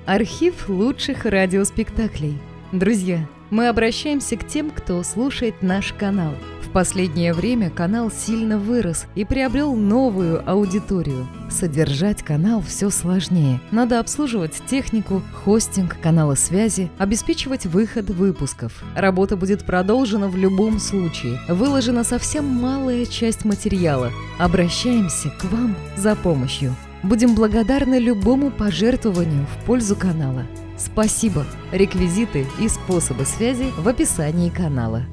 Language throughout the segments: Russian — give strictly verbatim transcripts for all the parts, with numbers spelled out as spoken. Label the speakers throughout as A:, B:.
A: Архив лучших радиоспектаклей. Друзья, мы обращаемся к тем, кто слушает наш канал. В последнее время канал сильно вырос и приобрел новую аудиторию. Содержать канал все сложнее. Надо обслуживать технику, хостинг, каналы связи, обеспечивать выход выпусков. Работа будет продолжена в любом случае. Выложена совсем малая часть материала. Обращаемся к вам за помощью. Будем благодарны любому пожертвованию в пользу канала. Спасибо! Реквизиты и способы связи в описании канала.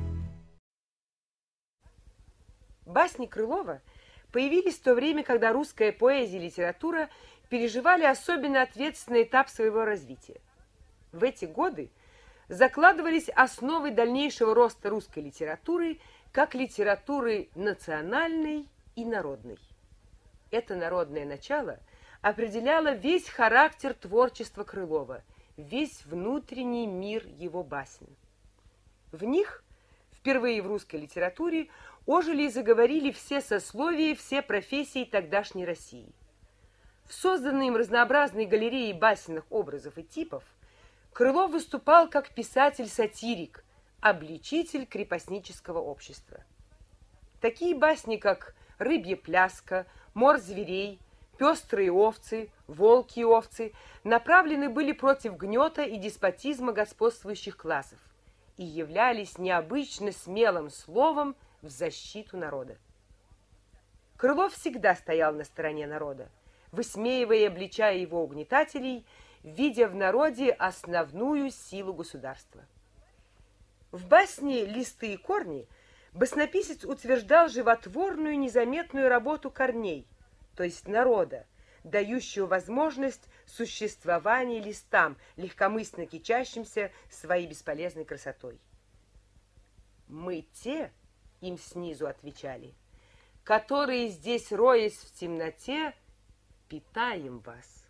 B: Басни Крылова появились в то время, когда русская поэзия и литература переживали особенно ответственный этап своего развития. В эти годы закладывались основы дальнейшего роста русской литературы как литературы национальной и народной. Это народное начало определяло весь характер творчества Крылова, весь внутренний мир его басен. В них впервые в русской литературе ожили и заговорили все сословия, все профессии тогдашней России. В созданной им разнообразной галереи басенных образов и типов Крылов выступал как писатель-сатирик, обличитель крепостнического общества. Такие басни, как «Рыбья пляска», «Мор зверей», «Пестрые овцы», «Волки и овцы» направлены были против гнета и деспотизма господствующих классов и являлись необычно смелым словом в защиту народа. Крылов всегда стоял на стороне народа, высмеивая и обличая его угнетателей, видя в народе основную силу государства. В басне «Листы и корни» баснописец утверждал животворную незаметную работу корней, то есть народа, дающую возможность существования листам, легкомысленно кичащимся своей бесполезной красотой. «Мы те, — им снизу отвечали, — которые здесь, роясь в темноте, питаем вас».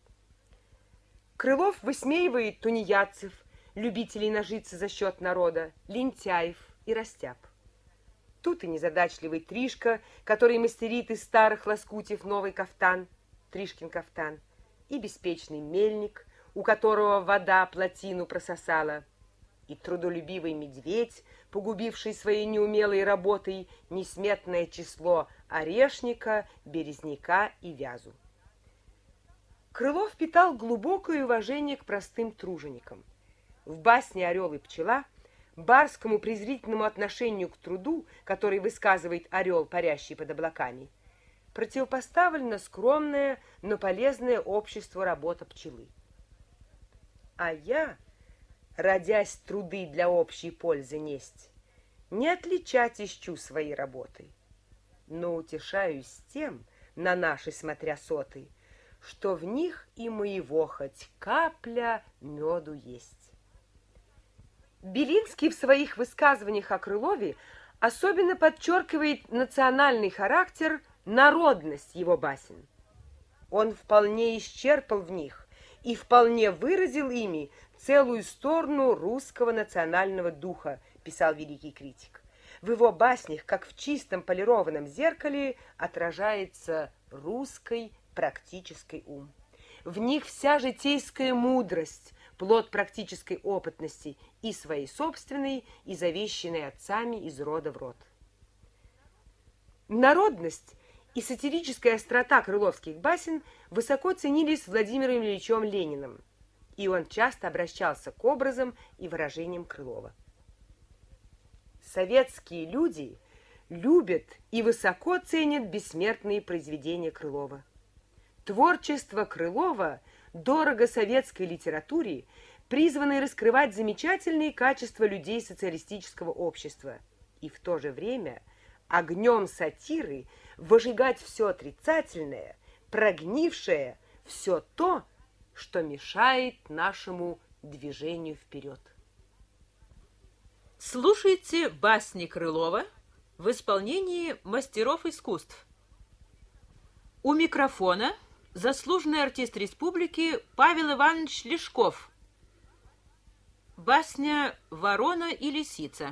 B: Крылов высмеивает тунеядцев, любителей нажиться за счет народа, лентяев и растяп. Тут и незадачливый Тришка, который мастерит из старых лоскутьев новый кафтан, Тришкин кафтан, и беспечный мельник, у которого вода плотину прососала, и трудолюбивый медведь, погубивший своей неумелой работой несметное число орешника, березняка и вязу. Крылов питал глубокое уважение к простым труженикам. В басне «Орел и пчела» барскому презрительному отношению к труду, который высказывает орел, парящий под облаками, противопоставлено скромное, но полезное обществу работа пчелы. А я, родясь труды для общей пользы несть, не отличать ищу свои работы, но утешаюсь тем, на наши смотря соты, что в них и моего хоть капля меду есть. Белинский в своих высказываниях о Крылове особенно подчеркивает национальный характер, народность его басен. Он вполне исчерпал в них и вполне выразил ими целую сторону русского национального духа, писал великий критик. В его баснях, как в чистом полированном зеркале, отражается русский практический ум. В них вся житейская мудрость, плод практической опытности и своей собственной, и завещанной отцами из рода в род. Народность и сатирическая острота крыловских басен высоко ценились Владимиром Ильичем Лениным, и он часто обращался к образам и выражениям Крылова. Советские люди любят и высоко ценят бессмертные произведения Крылова. Творчество Крылова дорого советской литературе, призванной раскрывать замечательные качества людей социалистического общества и в то же время огнем сатиры выжигать все отрицательное, прогнившее, все то, что мешает нашему движению вперед.
C: Слушайте басни Крылова в исполнении мастеров искусств. У микрофона заслуженный артист республики Павел Иванович Лешков. Басня «Ворона и лисица».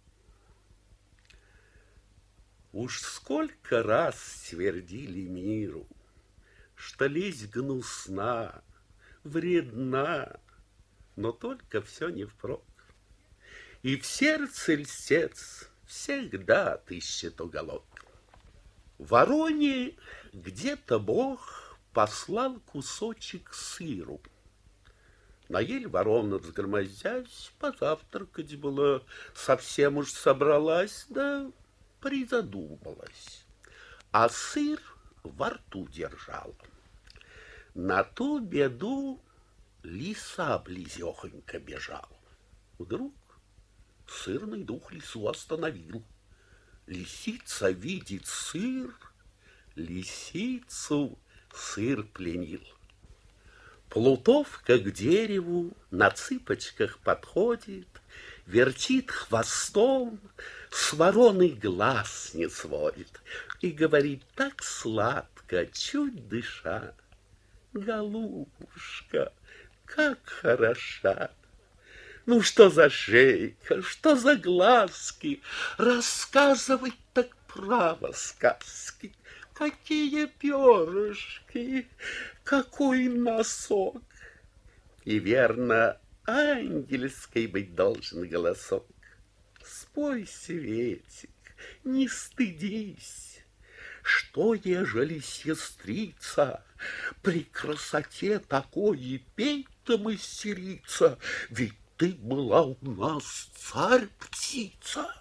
D: Уж сколько раз твердили миру, что лесть гнусна, вредна, но только все не впрок. И в сердце льстец всегда отыщет уголок. Вороне где-то Бог послал кусочек сыру. На ель ворона, взгромоздясь, позавтракать была, совсем уж собралась, да призадумалась, а сыр во рту держала. На ту беду лиса близехонько бежала. Вдруг сырный дух лису остановил. Лисица видит сыр, лисицу сыр пленил. Плутовка к дереву на цыпочках подходит, вертит хвостом, с вороны глаз не сводит и говорит так сладко, чуть дыша: голубушка, как хороша! Ну, что за шейка, что за глазки, рассказывать так право сказки. Какие перышки, какой носок. И верно, ангельской быть должен голосок. Спой, Светик, не стыдись. Что, ежели сестрица при красоте такой и петь-то мастерица? Ведь ты была у нас царь-птица.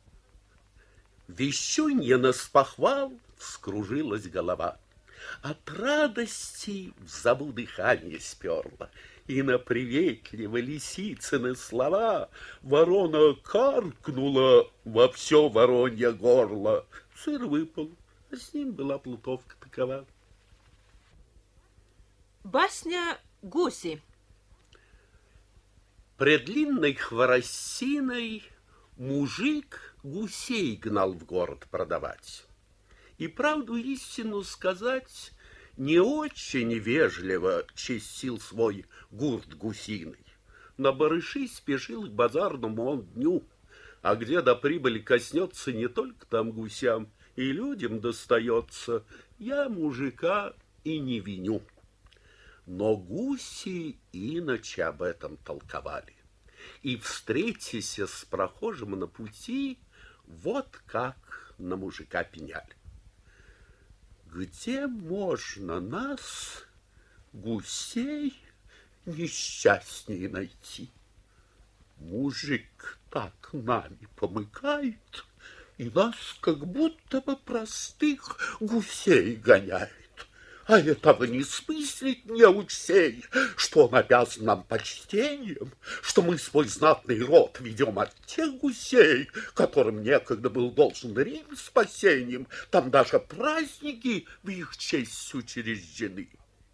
D: Вещунья на спохвал скружилась голова. От радости в забу дыхание сперла, и на приветливо лисицыны слова ворона каркнула во все воронье горло. Сыр выпал, а с ним была плутовка такова.
C: Басня «Гуси».
D: Пред длинной хворостиной мужик гусей гнал в город продавать. И правду истину сказать, не очень вежливо чистил свой гурт гусиный. На барыши спешил к базарному он дню, а где до прибыли коснется не только там гусям, и людям достается, я мужика и не виню. Но гуси иначе об этом толковали. И, встретися с прохожим на пути, вот как на мужика пеняли. Где можно нас, гусей, несчастней найти? Мужик так нами помыкает, и нас как будто бы простых гусей гоняет. А этого не смыслит неуч сей, что он обязан нам почтением, что мы свой знатный род ведем от тех гусей, которым некогда был должен Рим спасением. Там даже праздники в их честь учреждены.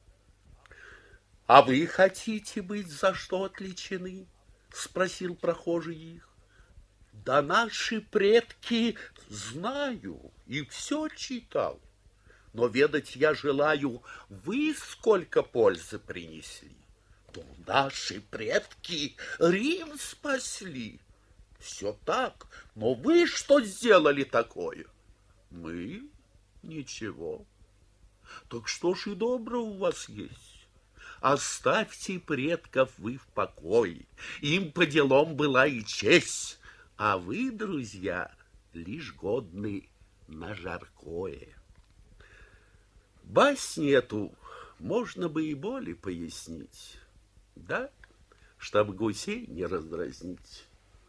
D: А вы хотите быть за что отличены? Спросил прохожий их. Да наши предки знаю и все читал. Но ведать я желаю, вы сколько пользы принесли. То наши предки Рим спасли. Все так, но вы что сделали такое? Мы? Ничего. Так что ж и доброго у вас есть? Оставьте предков вы в покое. Им по делам была и честь. А вы, друзья, лишь годны на жаркое. Басню эту можно бы и более пояснить, да, чтоб гусей не раздразнить.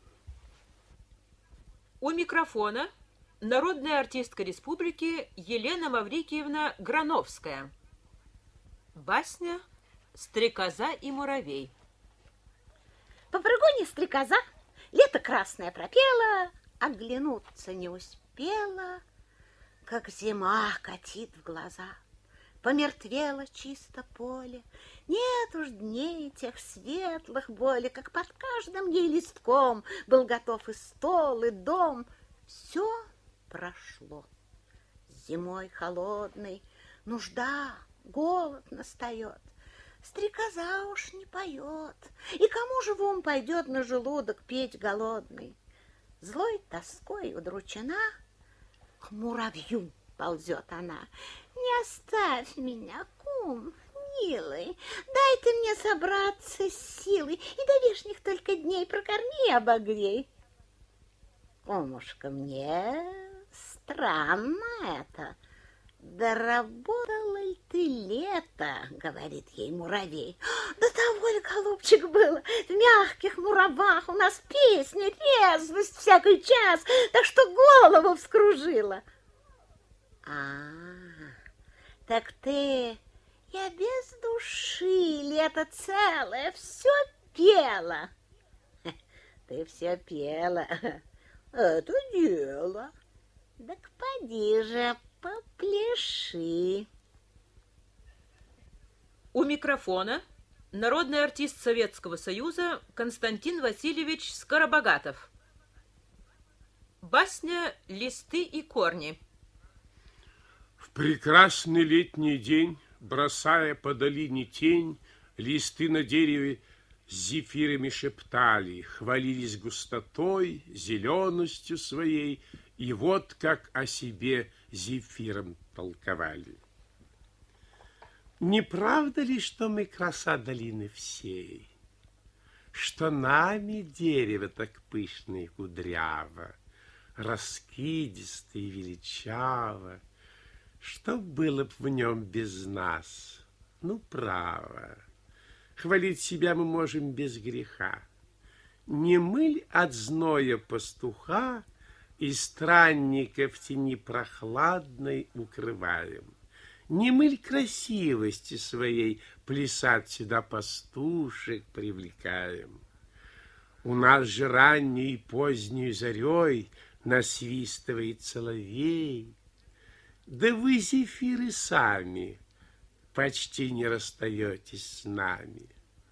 C: У микрофона народная артистка республики Елена Маврикиевна Грановская. Басня «Стрекоза и муравей».
E: По прыгуне стрекоза лето красное пропела, оглянуться не успела, как зима катит в глаза. Помертвело чисто поле, нет уж дней тех светлых боли, как под каждым ей листком был готов и стол, и дом. Все прошло. Зимой холодной нужда, голод настает. Стрекоза уж не поет, и кому же в ум пойдет на желудок петь голодный? Злой тоской удручена, к муравью ползет она. Не оставь меня, кум, милый, дай ты мне собраться с силой, и до вешних только дней прокорми и обогрей. Кумушка, мне странно это. Доработала ли ты лето, говорит ей муравей. До того ли, голубчик, было в мягких муравах у нас песня, резвость всякий час, так что голову вскружила. А, так ты, я без души лето целое все пела. Ты все пела, это дело. Так поди же, попляши.
C: У микрофона народный артист Советского Союза Константин Васильевич Скоробогатов. Басня «Листы и корни».
F: В прекрасный летний день, бросая по долине тень, листы на дереве с зефирами шептали, хвалились густотой, зеленостью своей, и вот как о себе зефиром толковали. Не правда ли, что мы краса долины всей, что нами дерево так пышно и кудряво, раскидисто и величаво, что было б в нем без нас? Ну, право, хвалить себя мы можем без греха. Не мыль от зноя пастуха и странника в тени прохладной укрываем. Не мыль красивости своей плясать сюда пастушек привлекаем. У нас же ранней и поздней зарей насвистывает соловей. Да вы, зефиры, сами почти не расстаетесь с нами.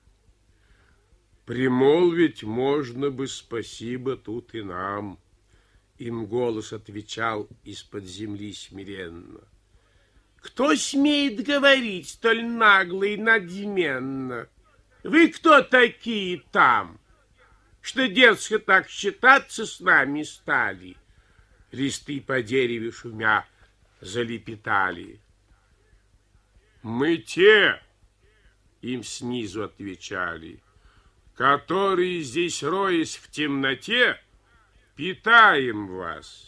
F: Примолвить можно бы спасибо тут и нам, им голос отвечал из-под земли смиренно. Кто смеет говорить столь нагло и надменно? Вы кто такие там, что, дескать, так считаться с нами стали? Листы по дереву шумя залепетали. Мы те, им снизу отвечали, которые здесь, роясь в темноте, питаем вас.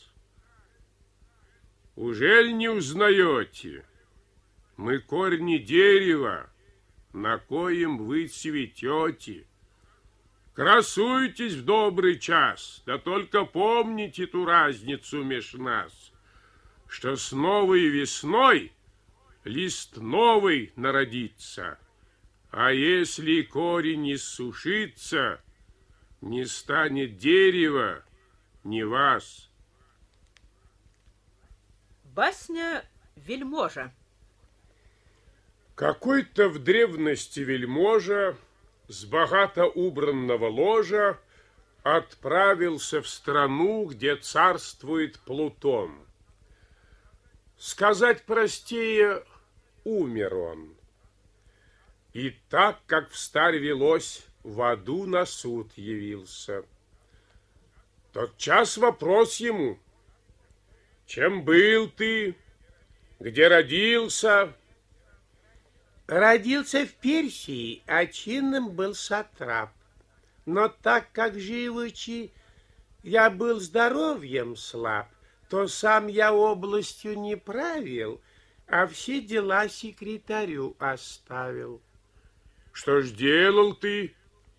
F: Ужель не узнаете? Мы корни дерева, на коем вы цветете. Красуйтесь в добрый час, да только помните ту разницу меж нас, что с новой весной лист новый народится, а если корень иссушится, не станет дерева, ни вас.
C: Басня «Вельможа».
F: Какой-то в древности вельможа с богато убранного ложа отправился в страну, где царствует Плутон. Сказать простее, умер он. И так, как встарь велось, в аду на суд явился. Тотчас вопрос ему: чем был ты, где родился? Родился в Персии, а чинным был сатрап. Но так как живучи я был здоровьем слаб, то сам я областью не правил, а все дела секретарю оставил. Что ж делал ты?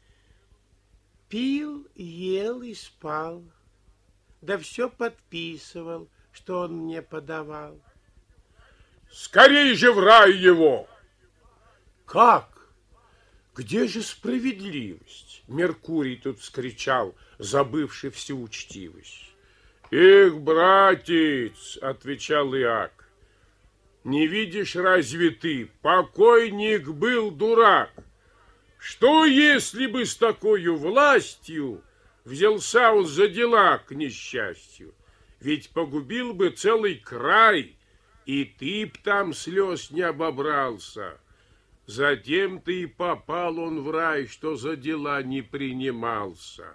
F: Пил, ел и спал, да все подписывал, что он мне подавал. Скорей же в рай его! Как? Где же справедливость? Меркурий тут вскричал, забывший всю учтивость. Эх, братец, отвечал Иак, не видишь разве ты, покойник был дурак. Что, если бы с такой властью взялся он за дела к несчастью? Ведь погубил бы целый край, и ты б там слез не обобрался. Затем ты и попал он в рай, что за дела не принимался.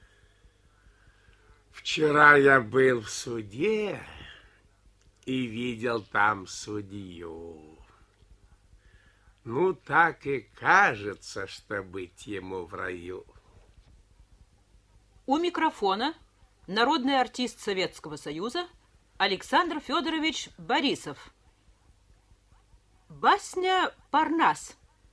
F: Вчера я был в суде и видел там судью. Ну, так и кажется, что быть ему в раю.
C: У микрофона народный артист Советского Союза Александр Федорович Борисов. Басня «Парнас».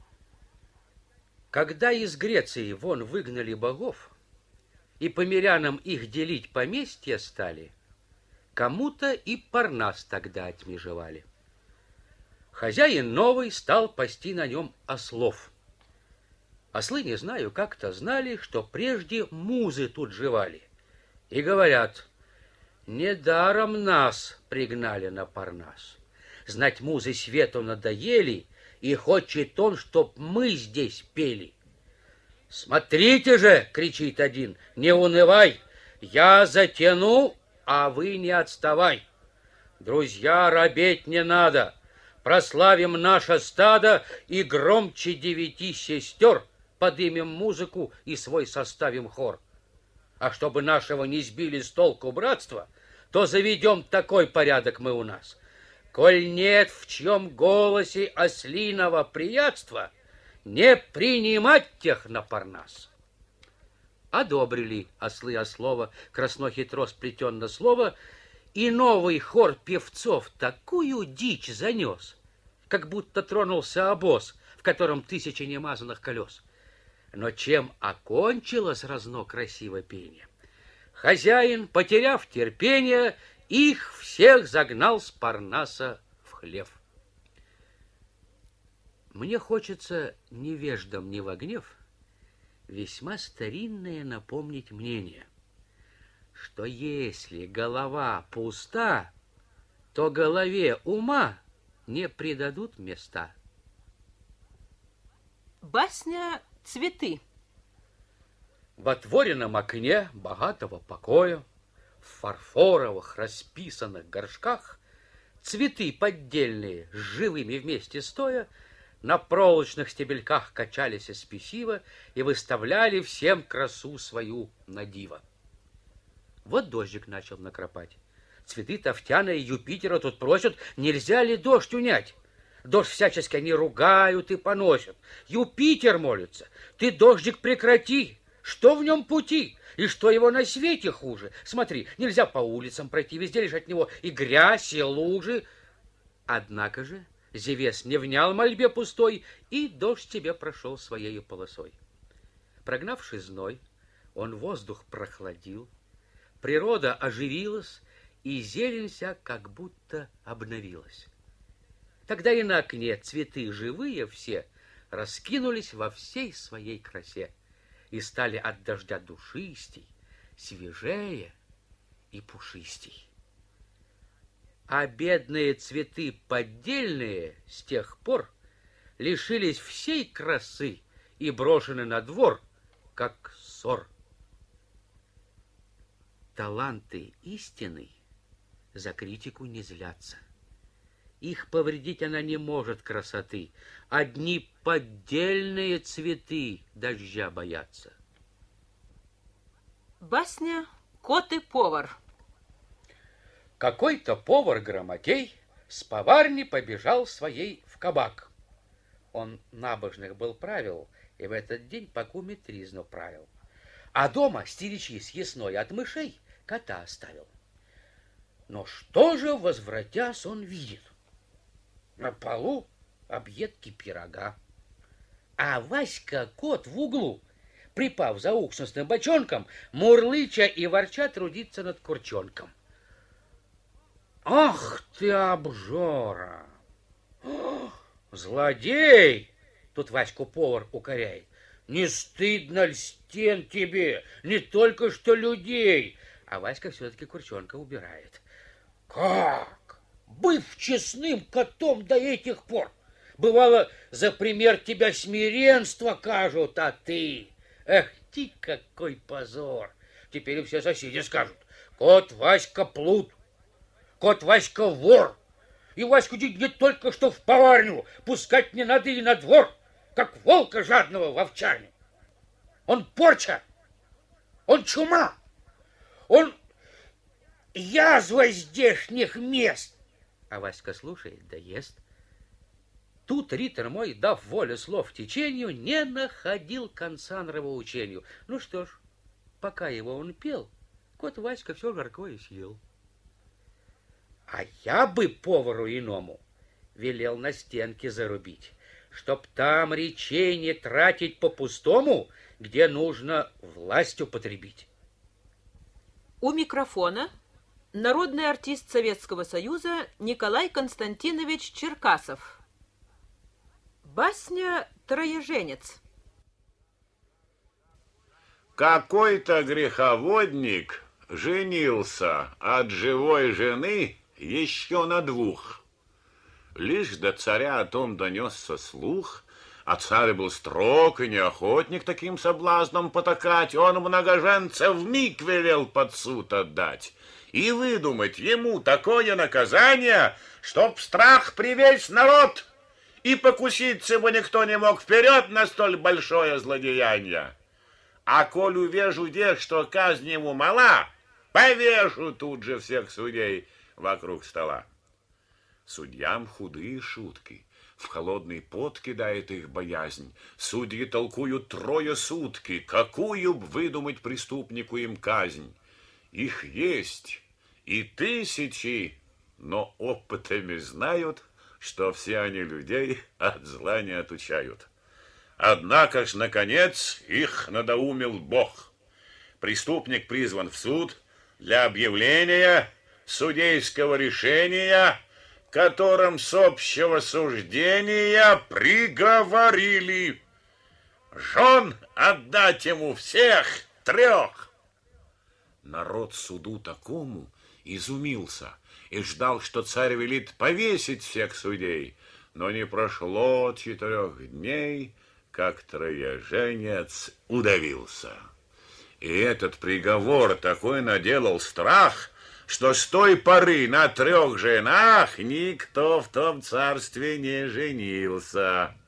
G: Когда из Греции вон выгнали богов, и по мирянам их делить поместья стали, кому-то и Парнас тогда отмежевали. Хозяин новый стал пасти на нем ослов. Ослы, не знаю, как-то знали, что прежде музы тут живали. И говорят, недаром нас пригнали на Парнас. Знать, музы свету надоели, и хочет он, чтоб мы здесь пели. «Смотрите же!» — кричит один, — «не унывай! Я затяну, а вы не отставай! Друзья, робеть не надо! Прославим наше стадо и громче девяти сестер подымем музыку и свой составим хор. А чтобы нашего не сбили с толку братства, то заведем такой порядок мы у нас. Коль нет в чьем голосе ослиного приятства, не принимать тех на Парнас». Одобрили ослы ослова краснохитро сплетенно слово, и новый хор певцов такую дичь занес, как будто тронулся обоз, в котором тысячи немазанных колес. Но чем окончилось разно красиво пение? Хозяин, потеряв терпение, их всех загнал с Парнаса в хлев. Мне хочется невеждам не во гнев весьма старинное напомнить мнение, что если голова пуста, то голове ума не придадут места.
C: Басня «Цветы».
G: В отворенном окне богатого покоя, в фарфоровых расписанных горшках, цветы поддельные, с живыми вместе стоя, на проволочных стебельках качались спесиво и выставляли всем красу свою на диво. Вот дождик начал накрапать. Цветы Тофтяна и Юпитера тут просят, нельзя ли дождь унять. Дождь всячески они ругают и поносят. Юпитер молится, ты, дождик, прекрати. Что в нем пути? И что его на свете хуже? Смотри, нельзя по улицам пройти, везде лишь от него и грязь, и лужи. Однако же Зевес не внял мольбе пустой, и дождь тебе прошел своею полосой. Прогнавший зной, он воздух прохладил, природа оживилась, и зелень вся как будто обновилась. Тогда и на окне цветы живые все раскинулись во всей своей красе и стали от дождя душистей, свежее и пушистей. А бедные цветы поддельные с тех пор лишились всей красы и брошены на двор, как ссор. Таланты истины за критику не злятся. Их повредить она не может, красоты. Одни поддельные цветы дождя боятся.
C: Басня «Кот и повар».
G: Какой-то повар-грамотей с поварни побежал своей в кабак. Он набожных был правил, и в этот день по куме тризну правил. А дома стеречи съестной от мышей кота оставил. Но что же, возвратясь, он видит? На полу объедки пирога. А Васька-кот в углу, припав за уксусным бочонком, мурлыча и ворча трудится над курчонком. «Ах ты, обжора! О, злодей!» Тут Ваську повар укоряет. «Не стыдно ль стен тебе, не только что людей!» А Васька все-таки курчонка убирает. «Как? Быв честным котом до этих пор! Бывало, за пример тебя смиренство кажут, а ты... Эх ты, какой позор! Теперь все соседи скажут: кот Васька плут, кот Васька вор, и Ваську не только что в поварню пускать не надо и на двор, как волка жадного в овчарню. Он порча, он чума, он язва здешних мест». А Васька слушает, да ест. Тут ритор мой, дав волю слов течению, не находил конца нравоучению. Ну что ж, пока его он пел, кот Васька все жаркое съел. А я бы повару иному велел на стенке зарубить, чтоб там речение тратить по-пустому, где нужно власть употребить.
C: У микрофона народный артист Советского Союза Николай Константинович Черкасов. Басня «Троеженец».
H: Какой-то греховодник женился от живой жены еще на двух. Лишь до царя о том донесся слух, а царь был строг и неохотник таким соблазном потакать. Он многоженца вмиг велел под суд отдать и выдумать ему такое наказание, чтоб страх привесь народ, и покуситься бы никто не мог вперед на столь большое злодеяние. А коль увижу где, что казнь ему мала, повешу тут же всех судей вокруг стола. Судьям худые шутки, в холодный пот кидает их боязнь. Судьи толкуют трое сутки, какую б выдумать преступнику им казнь. Их есть и тысячи, но опытами знают, что все они людей от зла не отучают. Однако ж, наконец, их надоумил Бог. Преступник призван в суд для объявления судейского решения, которым с общего суждения приговорили жен отдать ему всех трех. Народ суду такому изумился и ждал, что царь велит повесить всех судей, но не прошло четырех дней, как троеженец удавился. И этот приговор такой наделал страх, что с той поры на трех женах никто в том царстве не женился.